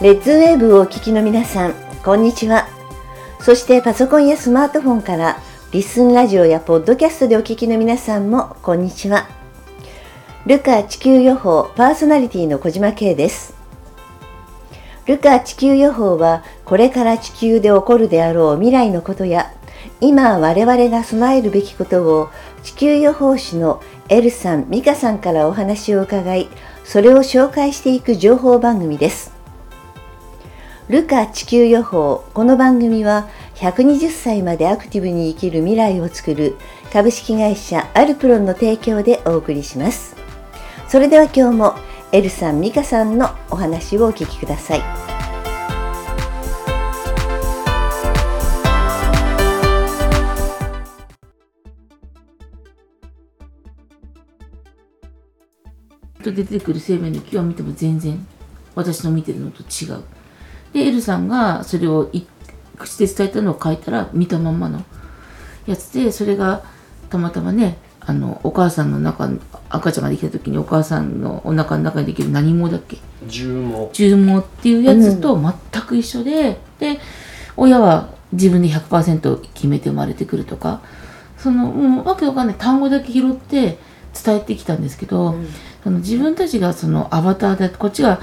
レッズウェーブをお聞きの皆さん、こんにちは。そしてパソコンやスマートフォンからリスンラジオやポッドキャストでお聞きの皆さんもこんにちは。ルカ地球予報パーソナリティの小島慶です。ルカ地球予報は、これから地球で起こるであろう未来のことや、今我々が備えるべきことを地球予報士のエルさん、ミカさんからお話を伺い、それを紹介していく情報番組です。ルカ地球予報、この番組は120歳までアクティブに生きる未来を作る株式会社アルプロンの提供でお送りします。それでは今日もエルさん、ミカさんのお話をお聞きください。 出てくる生命の木を見ても全然私の見てるのと違う。でエルさんがそれを口で伝えたのを書いたら見たまんまのやつで、それがたまたまね、お母さんの中、赤ちゃんができた時にお母さんのお腹の中にできる何毛だっけ、 重毛っていうやつと全く一緒で、で親は自分で 100% 決めて生まれてくるとか、もうわけわかんない単語だけ拾って伝えてきたんですけど、自分たちがそのアバターで、こっちが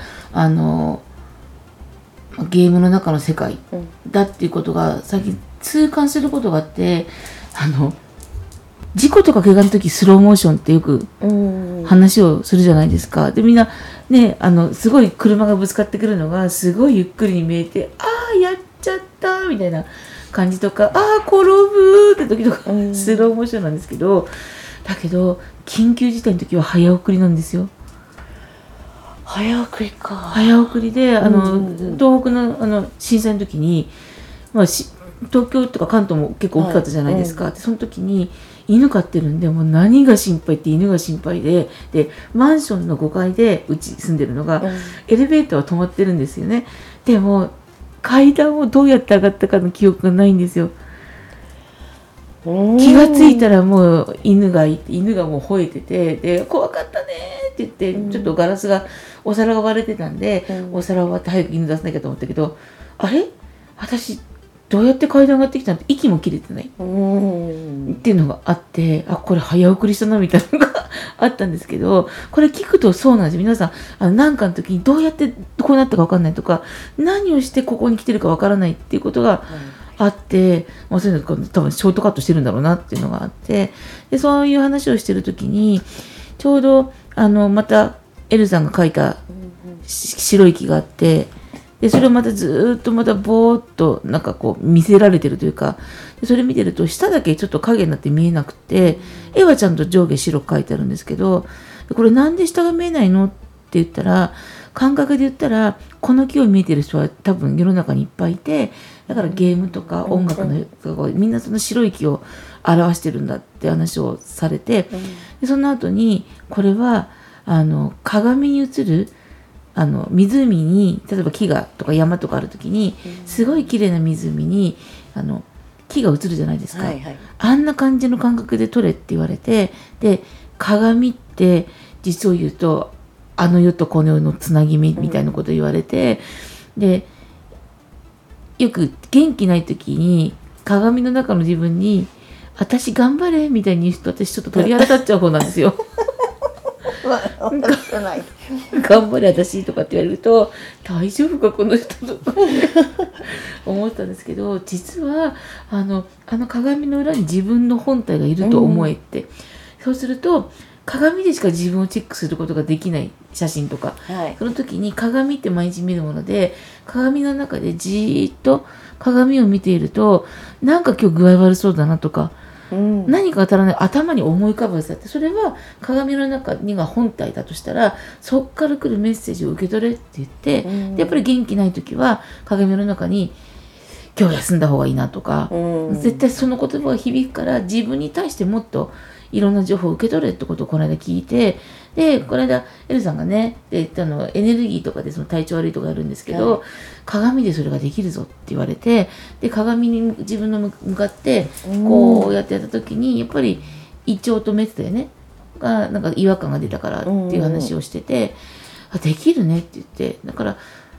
ゲームの中の世界だっていうことが最近痛感することがあって、事故とか怪我の時スローモーションってよく話をするじゃないですか。でみんなね、すごい車がぶつかってくるのがすごいゆっくりに見えて、ああやっちゃったみたいな感じとか、ああ転ぶって時とかスローモーションなんですけど、だけど緊急事態の時は早送りなんですよ。 早送りか。 早送りで東北の震災の時に、東京とか関東も結構大きかったじゃないですか。でその時に犬飼ってるんで、もう何が心配って犬が心配で、マンションの5階でうち住んでるのが、エレベーターは止まってるんですよね。でも階段をどうやって上がったかの記憶がないんですよ。気がついたらもう犬がもう吠えてて、で怖かったねって言って、ちょっとガラスがお皿が割れてたんで、お皿を割って早く犬出さなきゃと思ったけど、あれ私どうやって階段上がってきたのって息も切れてないっていうのがあって、あこれ早送りしたなみたいなのがあったんですけど、これ聞くとそうなんですよ。皆さん何かの時にどうやってこうなったか分かんないとか、何をしてここに来てるか分からないっていうことがあって、そういうの多分ショートカットしてるんだろうなっていうのがあって、でそういう話をしてる時にちょうどまたエルさんが描いた白い木があって、でそれをまたずっとまたぼーっとなんかこう見せられてるというか、でそれ見てると下だけちょっと影になって見えなくて、絵はちゃんと上下白く描いてあるんですけど、これなんで下が見えないのって言ったら、感覚で言ったらこの木を見えてる人は多分世の中にいっぱいいて、だからゲームとか音楽のみんなその白い木を表してるんだって話をされて、でその後にこれは鏡に映る湖に、例えば木がとか山とかある時に、すごい綺麗な湖に木が映るじゃないですか、あんな感じの感覚で撮れって言われて、で鏡って実を言うと世とこの世のつなぎ目みたいなこと言われて、でよく元気ない時に鏡の中の自分に私頑張れみたいに言う人、私ちょっと鳥肌立っちゃう方なんですよ頑張れ私とかって言われると、大丈夫かこの人とか思ったんですけど、実は鏡の裏に自分の本体がいると思えって、そうすると鏡でしか自分をチェックすることができない写真とか、その時に鏡って毎日見るもので、鏡の中でじーっと鏡を見ていると、なんか今日具合悪そうだなとか、何か当たらない頭に思い浮かぶやつだって、それは鏡の中にが本体だとしたら、そっから来るメッセージを受け取れって言って、でやっぱり元気ない時は鏡の中に今日休んだ方がいいなとか、絶対その言葉が響くから、自分に対してもっといろんな情報を受け取れってことをこの間聞いて、でこの間エルさんがね、エネルギーとかでその体調悪いとかやるんですけど、鏡でそれができるぞって言われて、で鏡に自分の向かってこうやってやった時に、やっぱり胃腸とメスだよねがなんか違和感が出たからっていう話をしてて、できるねって言って、だから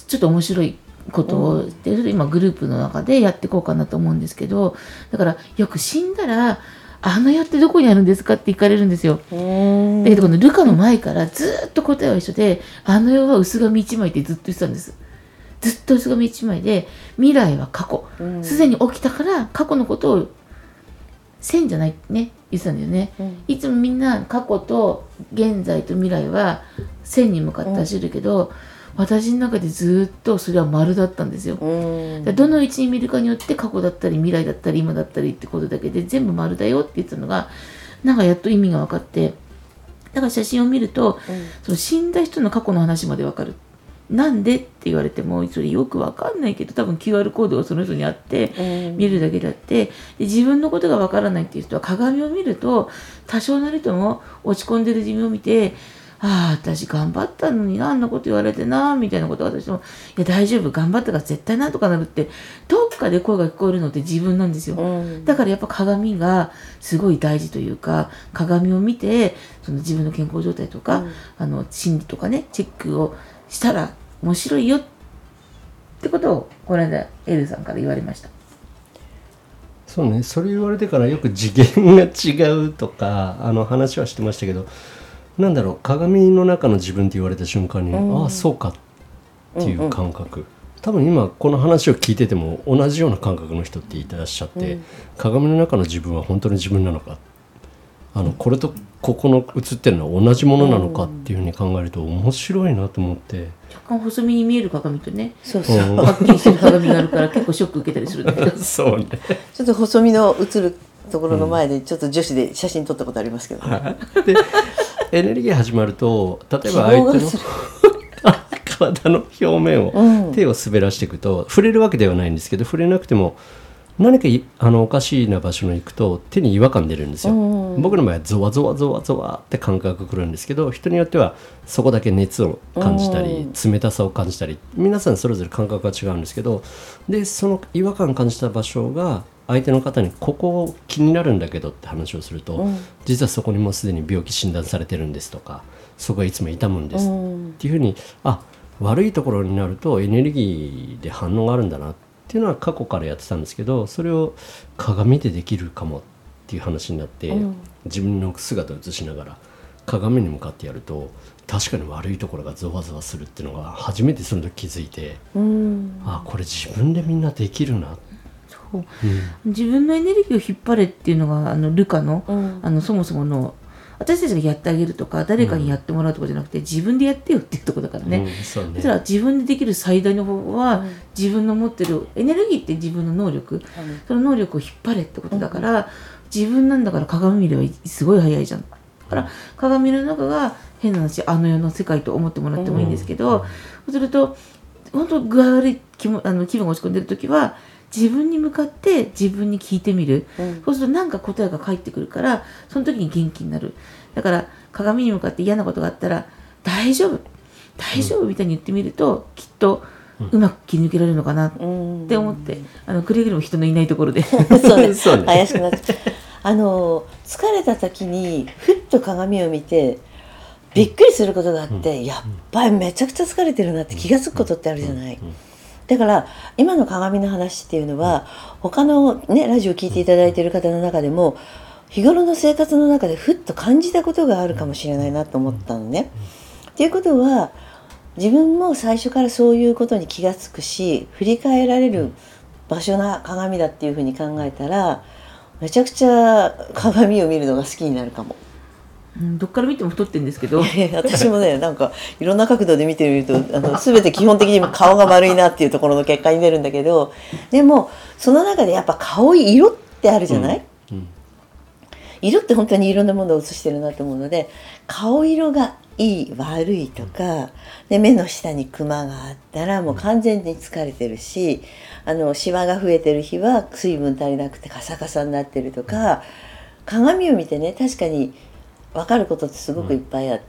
ちょっと面白いことを、で今グループの中でやっていこうかなと思うんですけど、だからよく死んだらあの世ってどこにあるんですかって聞かれるんですよ。だけどこのルカの前からずっと答えは一緒で、あの世は薄紙一枚ってずっと言ってたんです。ずっと薄紙一枚で、未来は過去、すでに起きたから過去のことを線じゃないね言ってたんだよね、いつもみんな過去と現在と未来は線に向かって走るけど、私の中でずっとそれは丸だったんですよ。どの位置に見るかによって過去だったり未来だったり今だったりってことだけで全部丸だよって言ってたのが、なんかやっと意味が分かって、だから写真を見ると、その死んだ人の過去の話まで分かる。なんでって言われてもそれよく分かんないけど、多分 QR コードがその人にあって見るだけであって、で自分のことが分からないっていう人は鏡を見ると多少なりとも落ち込んでる自分を見て、ああ私頑張ったのにな、あんなこと言われてなみたいなことを私も、いや大丈夫頑張ったから絶対なんとかなるってどっかで声が聞こえるのって自分なんですよ、だからやっぱ鏡がすごい大事というか、鏡を見てその自分の健康状態とか、心理とかねチェックをしたら面白いよってことをこの間エルさんから言われました。 そうね、それ言われてからよく次元が違うとか話はしてましたけど、なんだろう、鏡の中の自分って言われた瞬間に、ああそうかっていう感覚、多分今この話を聞いてても同じような感覚の人っていらっしゃって、鏡の中の自分は本当に自分なのか、これとここの映ってるのは同じものなのかっていうふうに考えると面白いなと思って、 若干細身に見える鏡とね、 そうそう、 はっきりしてる鏡があるから結構ショック受けたりするんだけどそうね、 ちょっと細身の映るところの前でちょっと女子で写真撮ったことありますけど、 でエネルギー始まると、例えば相手の体の表面を、手を滑らしていくと触れるわけではないんですけど、触れなくても何かおかしいな場所に行くと手に違和感出るんですよ、僕の場合はゾワゾワゾワゾワって感覚が来るんですけど、人によってはそこだけ熱を感じたり、冷たさを感じたり、皆さんそれぞれ感覚が違うんですけど、でその違和感を感じた場所が相手の方にここ気になるんだけどって話をすると、実はそこにもうすでに病気診断されてるんですとか、そこはいつも痛むんですっていうふうに、悪いところになるとエネルギーで反応があるんだなっていうのは過去からやってたんですけど、それを鏡でできるかもっていう話になって、自分の姿を映しながら鏡に向かってやると確かに悪いところがゾワゾワするっていうのが初めてその時気づいて、これ自分でみんなできるなって、 自分のエネルギーを引っ張れっていうのがルカの、そもそもの私たちがやってあげるとか誰かにやってもらうとかじゃなくて、自分でやってよっていうところだからね、だから自分でできる最大の方法は、自分の持ってるエネルギーって自分の能力、その能力を引っ張れってことだから、自分なんだから鏡見ればすごい早いじゃん。だから鏡の中が変な話、あの世の世界と思ってもらってもいいんですけど、そうすると本当具合悪い気分が落ち込んでる時は自分に向かって自分に聞いてみる、そうすると何か答えが返ってくるから、その時に元気になる。だから鏡に向かって嫌なことがあったら大丈夫大丈夫みたいに言ってみると、きっとうまく切り抜けられるのかなって思って、くれぐれも人のいないところでそうね、怪しくなって疲れた時にふっと鏡を見てびっくりすることがあって、やっぱりめちゃくちゃ疲れてるなって気が付くことってあるじゃない。だから今の鏡の話っていうのは、他のねラジオ聞いていただいている方の中でも日頃の生活の中でふっと感じたことがあるかもしれないなと思ったのね。っていうことは、自分も最初からそういうことに気がつくし、振り返られる場所な鏡だっていうふうに考えたら、めちゃくちゃ鏡を見るのが好きになるかも。 どっから見ても太ってるんですけど私もね、なんかいろんな角度で見てみると全て基本的に顔が丸いなっていうところの結果に出るんだけど、でもその中でやっぱ顔色ってあるじゃない、色って本当にいろんなものを映してるなと思うので、顔色がいい悪いとかで、目の下にクマがあったらもう完全に疲れてるし、シワが増えてる日は水分足りなくてカサカサになってるとか、鏡を見てね、確かに分かることってすごくいっぱいあって、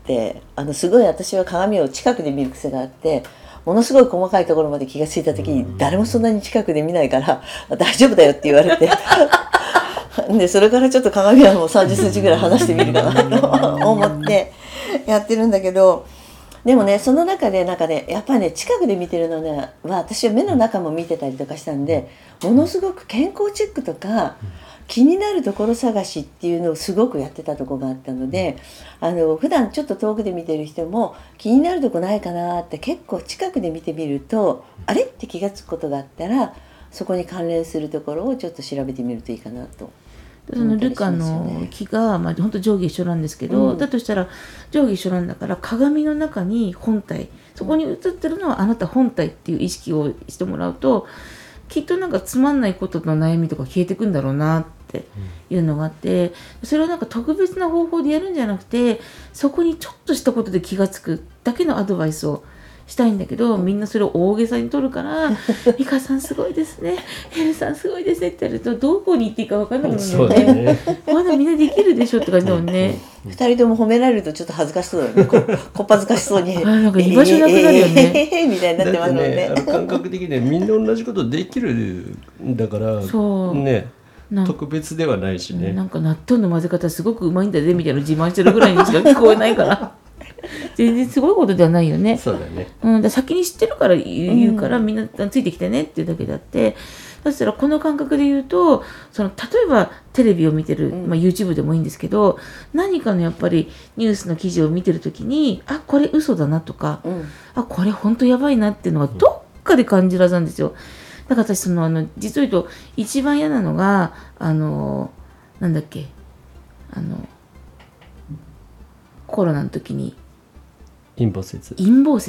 すごい私は鏡を近くで見る癖があって、ものすごい細かいところまで気がついた時に誰もそんなに近くで見ないから大丈夫だよって言われてでそれからちょっと鏡はもう30センチぐらい離してみるかなと思ってやってるんだけど、 でもねその中でなんかねやっぱりね近くで見てるのね私は目の中も見てたりとかしたんでものすごく健康チェックとか気になるところ探しっていうのをすごくやってたところがあったので普段ちょっと遠くで見てる人も気になるとこないかなって結構近くで見てみるとあれって気がつくことがあったらそこに関連するところをちょっと調べてみるといいかなと。 そのルカの木が、本当上下一緒なんですけど、だとしたら上下一緒なんだから鏡の中に本体そこに映ってるのはあなた本体っていう意識をしてもらうときっとなんかつまんないことの悩みとか消えてくんだろうなっていうのがあって、それをなんか特別な方法でやるんじゃなくてそこにちょっとしたことで気がつくだけのアドバイスをしたいんだけどみんなそれを大げさに取るから「美香さんすごいですねヘルさんすごいですね」って言われるとどこに行っていいか分かんなくなるんだよね。まだみんなできるでしょって感じだもんね。 2人とも褒められるとちょっと恥ずかしそうだよねこっぱずかしそうになんか居場所なくなるよねみたいになってますもんね。 感覚的にみんな同じことできるんだからね特別ではないしね。 なんか納豆の混ぜ方すごくうまいんだぜみたいな自慢してるぐらいにしか聞こえないから全然すごいことではないよね。 そうだね。 だ先に知ってるから言うから、みんなついてきてねっていうだけであってだったらこの感覚で言うと例えばテレビを見てる、YouTube でもいいんですけど何かのやっぱりニュースの記事を見てるときにあこれ嘘だなとか、あこれ本当やばいなっていうのがどっかで感じるはずなんですよ。だから私実を言うと一番嫌なのがなんだっけコロナの時に陰謀説陰謀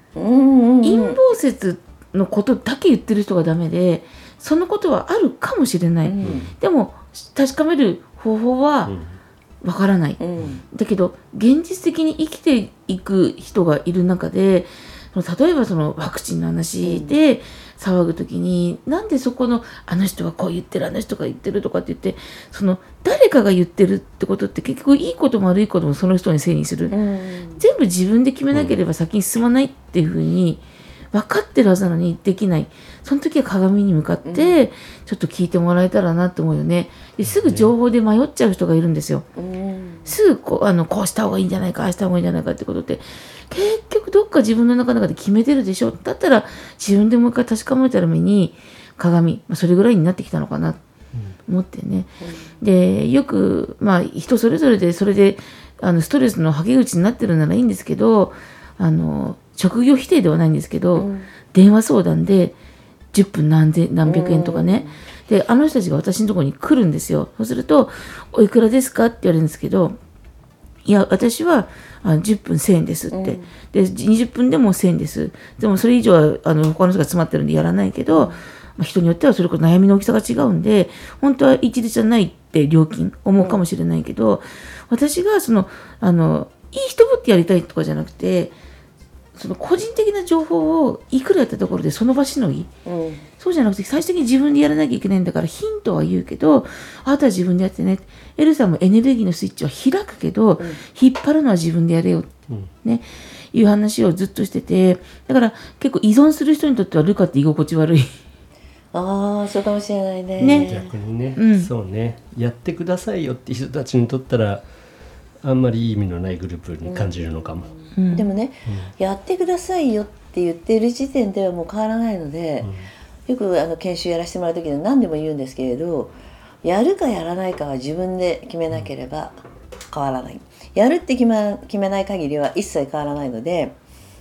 説のことだけ言ってる人がダメでそのことはあるかもしれない、でも確かめる方法はわからない、だけど現実的に生きていく人がいる中で例えばワクチンの話で騒ぐときに、なんでそこのあの人がこう言ってるあの人が言ってるとかって言って誰かが言ってるってことって結局いいことも悪いこともその人にせいにする、全部自分で決めなければ先に進まないっていうふうに分かってるはずなのにできない。その時は鏡に向かってちょっと聞いてもらえたらなと思うよね。ですぐ情報で迷っちゃう人がいるんですよ。すぐこうした方がいいんじゃないかああした方がいいんじゃないかってことって結局どっか自分の中で決めてるでしょ。だったら自分でもう一回確かめるために鏡、それぐらいになってきたのかなと思ってね、でよく人それぞれでそれでストレスのはけ口になってるならいいんですけど職業否定ではないんですけど、電話相談で10分何百円とかね、であの人たちが私のところに来るんですよ。そうするとおいくらですかって言われるんですけど、いや私は10分1000円ですって、で20分でも1000円です。でもそれ以上は他の人が詰まってるんでやらないけど、人によってはそれこそ悩みの大きさが違うんで本当は一律じゃないって料金思うかもしれないけど、私がいい人ぶってやりたいとかじゃなくて個人的な情報をいくらやったところでその場しのぎ、そうじゃなくて最終的に自分でやらなきゃいけないんだからヒントは言うけどあなたは自分でやってね。エルさんもエネルギーのスイッチは開くけど、引っ張るのは自分でやれよ、いう話をずっとしてて、だから結構依存する人にとってはルカって居心地悪い。 そうかもしれないね。 逆にね、そうね、やってくださいよって人たちにとったらあんまりいい意味のないグループに感じるのかも。 でもね、やってくださいよって言っている時点ではもう変わらないので、よく研修やらせてもらう時に何でも言うんですけれど、やるかやらないかは自分で決めなければ変わらない。やるって決めない限りは一切変わらないので、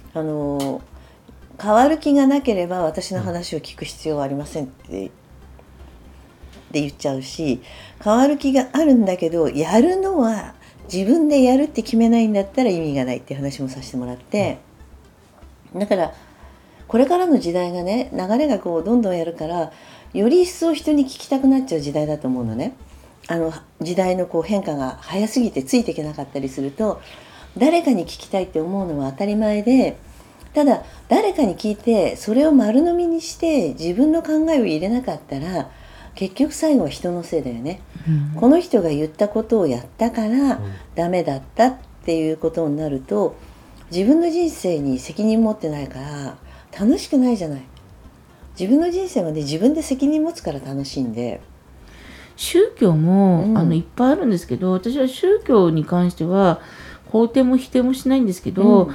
変わる気がなければ私の話を聞く必要はありませんって言っちゃうし、変わる気があるんだけどやるのは自分でやるって決めないんだったら意味がないっていう話もさせてもらって、だからこれからの時代がね、流れがどんどんやるからより一層人に聞きたくなっちゃう時代だと思うのね。時代の変化が早すぎてついていけなかったりすると、誰かに聞きたいって思うのは当たり前で、ただ誰かに聞いてそれを丸飲みにして自分の考えを入れなかったら結局最後は人のせいだよね、この人が言ったことをやったからダメだったっていうことになると、自分の人生に責任持ってないから楽しくないじゃない。自分の人生はね、自分で責任持つから楽しいんで。 宗教も、いっぱいあるんですけど、私は宗教に関しては肯定も否定もしないんですけど、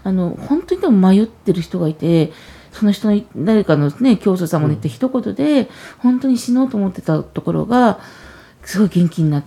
本当にでも迷ってる人がいて、その人の誰かのね教祖様の言った一言で、本当に死のうと思ってたところがすごい元気になって、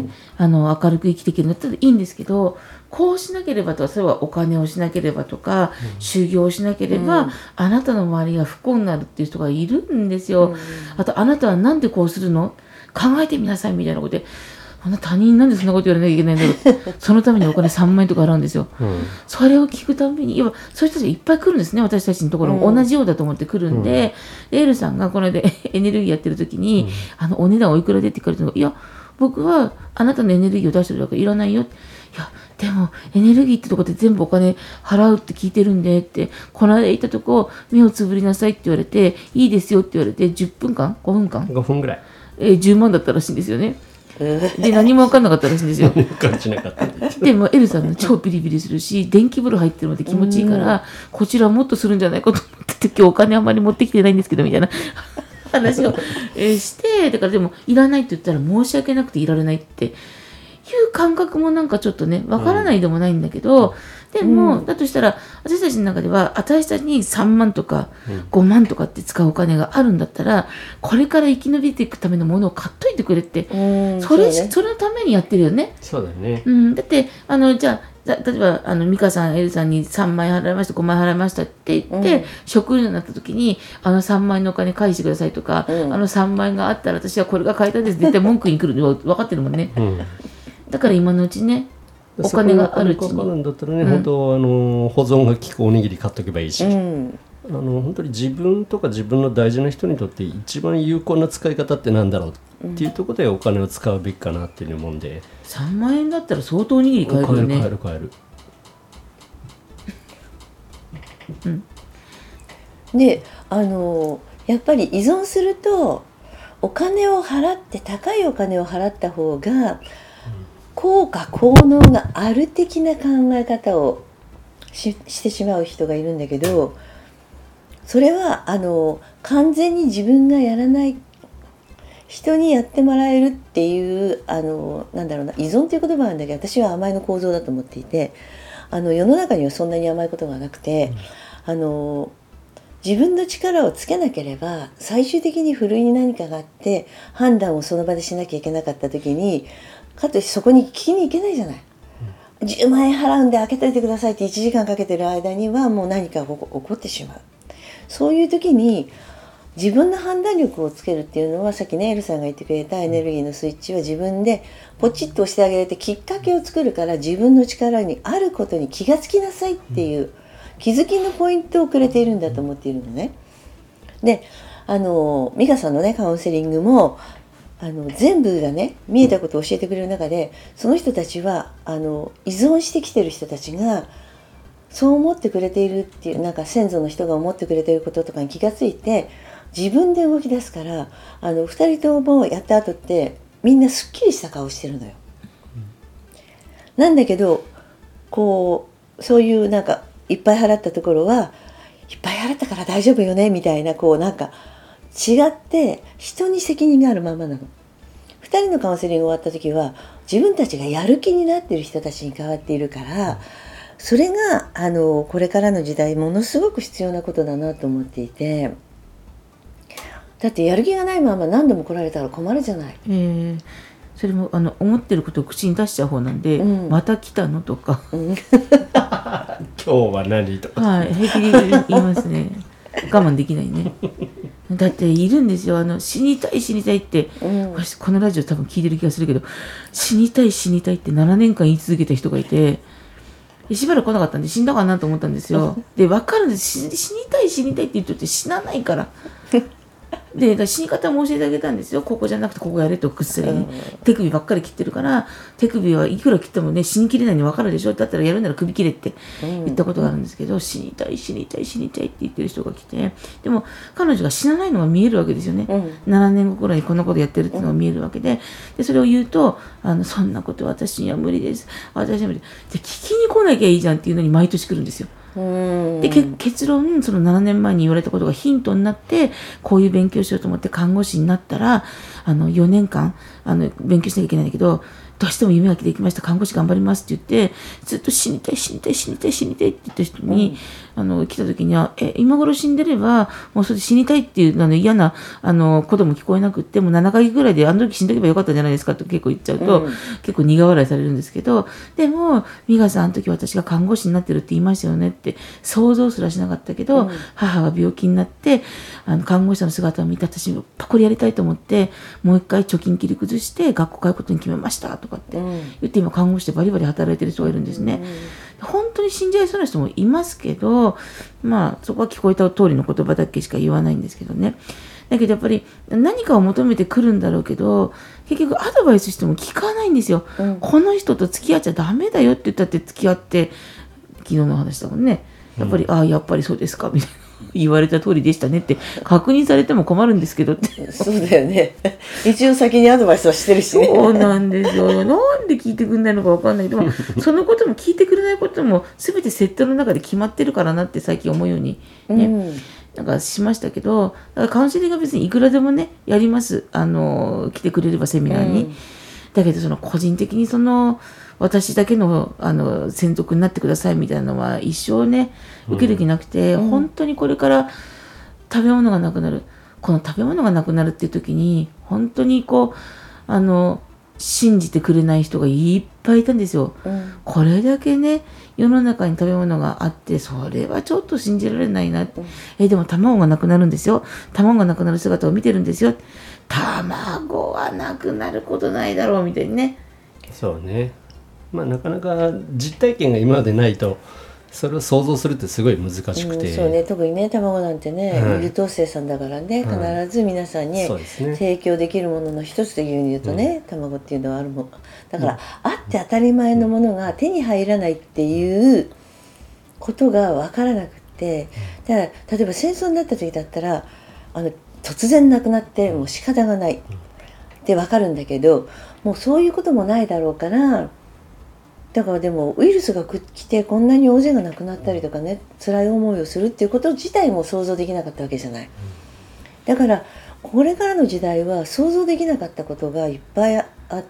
明るく生きていけるんだったらいいんですけど、こうしなければとか、それはお金をしなければとか、修行をしなければ、あなたの周りが不幸になるっていう人がいるんですよ。あと、あなたはなんでこうするの？考えてみなさいみたいなことで、他人なんでそんなこと言われなきゃいけないんだろうそのためにお金3万円とか払うんですよ、それを聞くたびに、そういう人たちがいっぱい来るんですね、私たちのところも同じようだと思って来るんで、エールさんがこの間エネルギーやってる時に、お値段おいくらでって聞かれたのが、いや僕はあなたのエネルギーを出してるだけいらないよ、いやでもエネルギーってとこで全部お金払うって聞いてるんでって、この間行ったとこ目をつぶりなさいって言われて、いいですよって言われて10分間5分間 5分ぐらい、 10万だったらしいんですよね。で何も分かんなかったらしいんですよ。 感じなかったでもエルさんの超ビリビリするし、電気風呂入ってるので気持ちいいから、こちらはもっとするんじゃないかと思ってて、今日お金あんまり持ってきてないんですけどみたいな話をして、だからでもいらないって言ったら申し訳なくていられないっていう感覚もなんかちょっとね分からないでもないんだけど、でも、だとしたら私たちの中では私たちに3万とか5万とかって使うお金があるんだったら、これから生き延びていくためのものを買っといてくれって、それのためにやってるよね。 そうだね、 だってじゃあ例えば美香さんエルさんに3万円払いました5万円払いましたって言って、食料になった時に3万円のお金返してくださいとか、3万円があったら私はこれが買えたんです絶対文句に来るの分かってるもんね、だから今のうちねお金があるうちに、 そこにお金かかるんだったらね、本当保存が効くおにぎり買っとけばいいし、本当に自分とか自分の大事な人にとって一番有効な使い方ってなんだろうっていうところでお金を使うべきかなっていう思うんで、 3万円だったら相当おにぎり買えるよね。 買えるでやっぱり依存するとお金を払って高いお金を払った方が効果効能がある的な考え方をしてしまう人がいるんだけど、それは完全に自分がやらない人にやってもらえるっていうなんだろうな、依存という言葉なんだけど、私は甘えの構造だと思っていて、世の中にはそんなに甘いことがなくて、自分の力をつけなければ最終的にふるいに何かがあって判断をその場でしなきゃいけなかった時にかといってそこに聞きに行けないじゃない。10万円払うんで開けといてくださいって1時間かけてる間にはもう何かが起こってしまう。そういう時に自分の判断力をつけるっていうのは、さっきねエルさんが言ってくれたエネルギーのスイッチは自分でポチッと押してあげれてきっかけを作るから、自分の力にあることに気がつきなさいっていう気づきのポイントをくれているんだと思っているのね。で美香さんのねカウンセリングも全部がね見えたことを教えてくれる中で、その人たちは依存してきてる人たちがそう思ってくれているっていう、なんか先祖の人が思ってくれていることとかに気がついて自分で動き出すから、2人ともやった後ってみんなすっきりした顔してるのよ。なんだけどそういうなんかいっぱい払ったところはいっぱい払ったから大丈夫よねみたいななんか違って人に責任があるままなの。2人のカウンセリング終わった時は自分たちがやる気になっている人たちに変わっているから、それがこれからの時代ものすごく必要なことだなと思っていて、だってやる気がないまま何度も来られたら困るじゃない。 それも思ってることを口に出しちゃう方なんで、また来たのとか、 今日は何とか、 平気で言いますね。我慢できないね。だっているんですよ、死にたい死にたいって、私このラジオ多分聞いてる気がするけど、死にたい死にたいって7年間言い続けた人がいて、しばらく来なかったんで死んだかなと思ったんですよ。で分かるんです、死にたい死にたいって言っとって死なないからで死に方も教えてあげたんですよ。ここじゃなくてここやれと、くっさりね、手首ばっかり切ってるから、手首はいくら切ってもね死にきれないに分かるでしょ、だったらやるなら首切れって言ったことがあるんですけど、死にたい死にたい死にたいって言ってる人が来て、でも彼女が死なないのが見えるわけですよね、7年後くらいにこんなことやってるっていうのが見えるわけで、それを言うとそんなこと私には無理です、私は無理で聞きに来なきゃいいじゃんっていうのに毎年来るんですよ。で結論、その7年前に言われたことがヒントになって、こういう勉強しようと思って看護師になったら、 4年間勉強しなきゃいけないんだけど、どうしても夢ができました、看護師頑張りますって言って、ずっと死にたいって言った人に、来た時には、今頃死んでればもうそれで死にたいっていう嫌なことも聞こえなくって、もう7ヶ月ぐらいであの時死んどけばよかったんじゃないですかと結構言っちゃうと、結構苦笑いされるんですけど、でも美香さんあの時私が看護師になってるって言いましたよねって想像すらしなかったけど、母が病気になって看護師さんの姿を見て、私これやりたいと思ってもう一回貯金切り崩して学校通うことに決めましたとかって言って、今看護師でバリバリ働いてる人がいるんですね。本当に死んじゃいそうな人もいますけど、そこは聞こえた通りの言葉だけしか言わないんですけどね。だけどやっぱり何かを求めてくるんだろうけど、結局アドバイスしても聞かないんですよ。この人と付き合っちゃダメだよって言ったって付き合って、昨日の話だもんね。やっぱり、やっぱりそうですかみたいな。言われた通りでしたねって確認されても困るんですけどってそうだよね。一応先にアドバイスはしてるしね。 そうなんですよ。なんで聞いてくれないのか分かんないけど、そのことも聞いてくれないことも全てセットの中で決まってるからなって最近思うようにね、なんかしましたけど、だからカウンセリングは別にいくらでもねやります。来てくれればセミナーに。だけどその個人的に私だけの専属になってくださいみたいなのは一生ね受ける気なくて、本当にこれから食べ物がなくなる、この食べ物がなくなるっていう時に本当に信じてくれない人がいっぱいいたんですよ。これだけね世の中に食べ物があって、それはちょっと信じられないなって、でも卵がなくなるんですよ、卵がなくなる姿を見てるんですよ、卵はなくなることないだろうみたいにね。 そうね、なかなか実体験が今までないとそれを想像するってすごい難しくて、 そうね、特にね卵なんてね、優等生さんだからね、必ず皆さんに提供できるものの一つというふうに言うとね、卵っていうのはあるもんだから、あって当たり前のものが手に入らないっていうことが分からなくって、だから例えば戦争になった時だったら突然なくなってもう仕方がないって分かるんだけど、もうそういうこともないだろうから、だからでもウイルスが来てこんなに大勢が亡くなったりとかね、辛い思いをするっていうこと自体も想像できなかったわけじゃない。だからこれからの時代は想像できなかったことがいっぱいあって、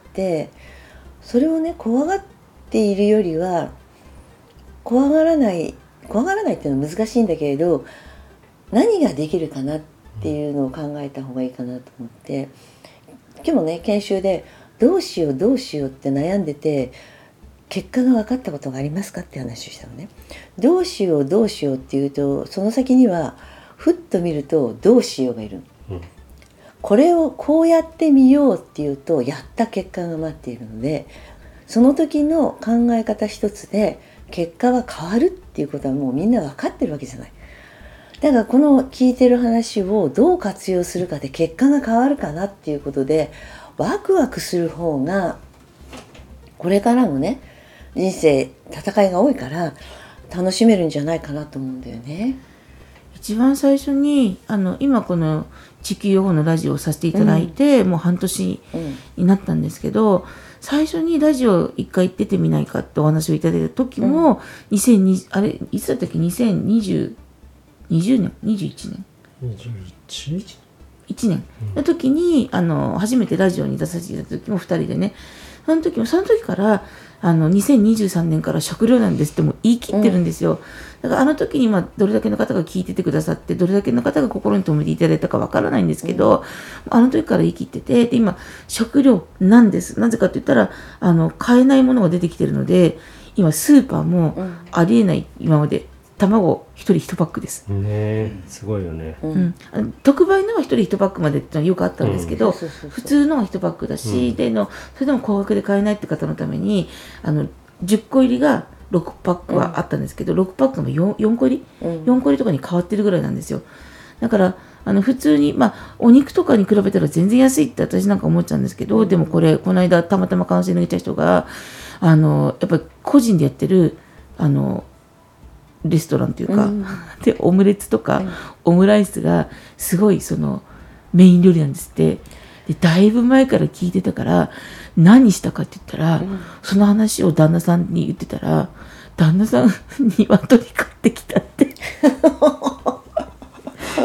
それをね怖がっているよりは怖がらないっていうのは難しいんだけれど、何ができるかなっていうのを考えた方がいいかなと思って、今日もね研修でどうしようって悩んでて、結果が分かったことがありますかって話をしたのね。どうしようっていうと、その先にはふっと見るとどうしようがいる、これをこうやってみようっていうとやった結果が待っているので、その時の考え方一つで結果は変わるっていうことはもうみんな分かってるわけじゃない。だからこの聞いてる話をどう活用するかで結果が変わるかなっていうことで、ワクワクする方がこれからのね人生戦いが多いから楽しめるんじゃないかなと思うんだよね。 一番最初に今この地球予報のラジオをさせていただいて、もう半年になったんですけど、最初にラジオ一回出てみないかってお話をいただいた時も、いつだったっけ、2020年21年の時に初めてラジオに出させていただいた時も2人でね、その時から2023年から食料なんですってもう言い切ってるんですよ。だから時にどれだけの方が聞いててくださって、どれだけの方が心に留めていただいたかわからないんですけど、時から言い切ってて、で今食料なんです。なぜかって言ったら買えないものが出てきてるので、今スーパーもありえない、今まで卵1人1パックです。 すごいよね。 特売のは1人1パックまでってのはよくあったんですけど、普通のは1パックだし、それでも高額で買えないって方のために10個入りが6パックはあったんですけど、6パックも 4個入り、4個入りとかに変わってるぐらいなんですよ。だから普通にお肉とかに比べたら全然安いって私なんか思っちゃうんですけど、でもこの間たまたまカウンセリングした人がやっぱり個人でやってるレストランというか、でオムレツとか、オムライスがすごいメイン料理なんですって。でだいぶ前から聞いてたから、何したかって言ったら、その話を旦那さんに言ってたら、旦那さん鶏買ってきたって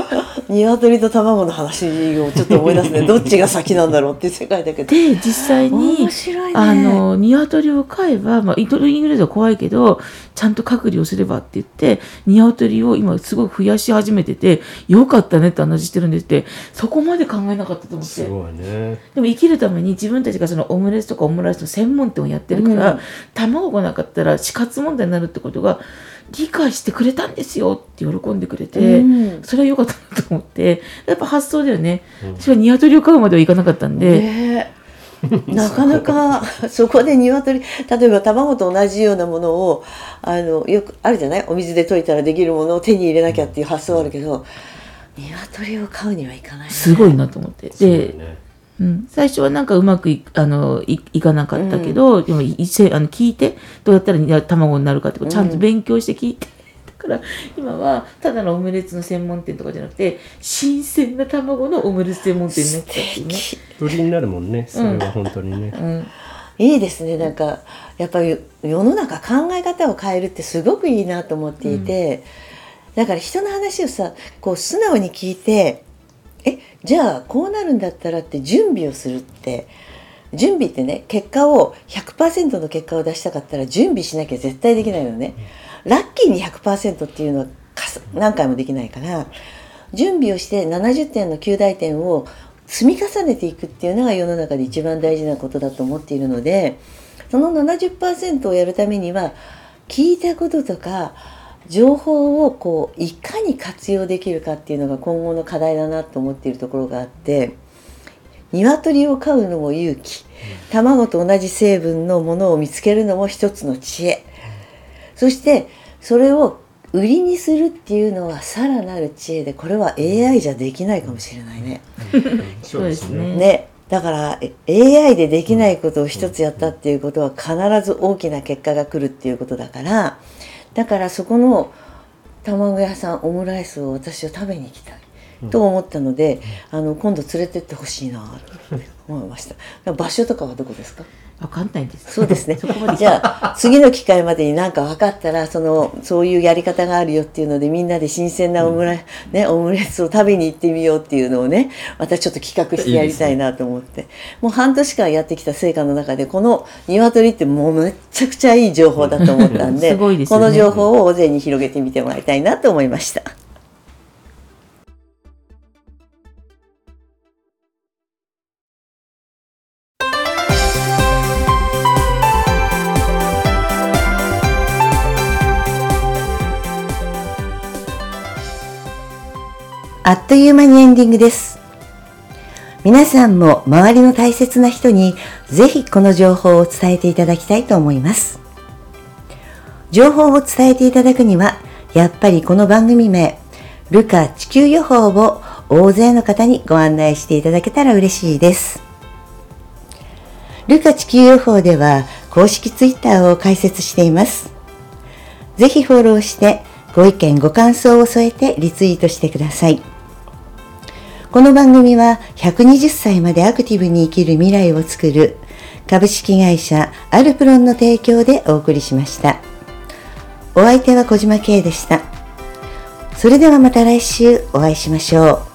鶏と卵の話をちょっと思い出すね。どっちが先なんだろうっていう世界だけど。 で実際に面白いね。 鶏を飼えば、インフルエンザは怖いけどちゃんと隔離をすればって言って鶏を今すごい増やし始めてて、よかったねって話してるんですって。そこまで考えなかったと思って。 すごいね。 でも生きるために自分たちがそのオムレツとかオムライスの専門店をやってるから、卵がなかったら死活問題になるってことが理解してくれたんですよって喜んでくれて、それは良かったなと思って。やっぱ発想だよね。私は鶏を飼うまではいかなかったんで、 なかなかそこで鶏、例えば卵と同じようなものをよくあるじゃない、お水で溶いたらできるものを手に入れなきゃっていう発想はあるけど、鶏を飼うにはいかない、ね、 すごいなと思って。で、最初はなんかうまくいかなかったけど、でも聞いてどうやったら卵になるかってことちゃんと勉強して聞いて、だから今はただのオムレツの専門店とかじゃなくて新鮮な卵のオムレツ専門店になったっていうね。 売りになるもんね、それは本当にね。 いいですね。なんかやっぱり世の中考え方を変えるってすごくいいなと思っていて、だから人の話をさこう素直に聞いて、じゃあこうなるんだったらって準備をするって、準備ってね、結果を 100% の結果を出したかったら準備しなきゃ絶対できないのね。ラッキーに 100% っていうのは何回もできないから、準備をして70点の及第点を積み重ねていくっていうのが世の中で一番大事なことだと思っているので、その 70% をやるためには聞いたこととか情報をこういかに活用できるかっていうのが今後の課題だなと思っているところがあって、鶏を飼うのも勇気、卵と同じ成分のものを見つけるのも一つの知恵、そしてそれを売りにするっていうのはさらなる知恵で、これは AI じゃできないかもしれないね。 そうですね。 だから AI でできないことを一つやったっていうことは必ず大きな結果が来るっていうことだから、だからそこの卵屋さんオムライスを私は食べに行きたいと思ったので、今度連れてってほしいなと思いました。場所とかはどこですか？ 分かんないんです。 そうですね。じゃあ次の機会までに何か分かったらそういうやり方があるよっていうので、みんなで新鮮なオムレツを食べに行ってみようっていうのをね、またちょっと企画してやりたいなと思って、もう半年間やってきた成果の中でこの鶏ってもうめっちゃくちゃいい情報だと思ったんで、 すごいですよね。 この情報を大勢に広げてみてもらいたいなと思いました。あっという間にエンディングです。皆さんも周りの大切な人にぜひこの情報を伝えていただきたいと思います。情報を伝えていただくには、やっぱりこの番組名、ルカ地球予報を大勢の方にご案内していただけたら嬉しいです。ルカ地球予報では公式ツイッターを開設しています。ぜひフォローしてご意見ご感想を添えてリツイートしてください。この番組は120歳までアクティブに生きる未来を作る株式会社アルプロンの提供でお送りしました。お相手は小島慶でした。それではまた来週お会いしましょう。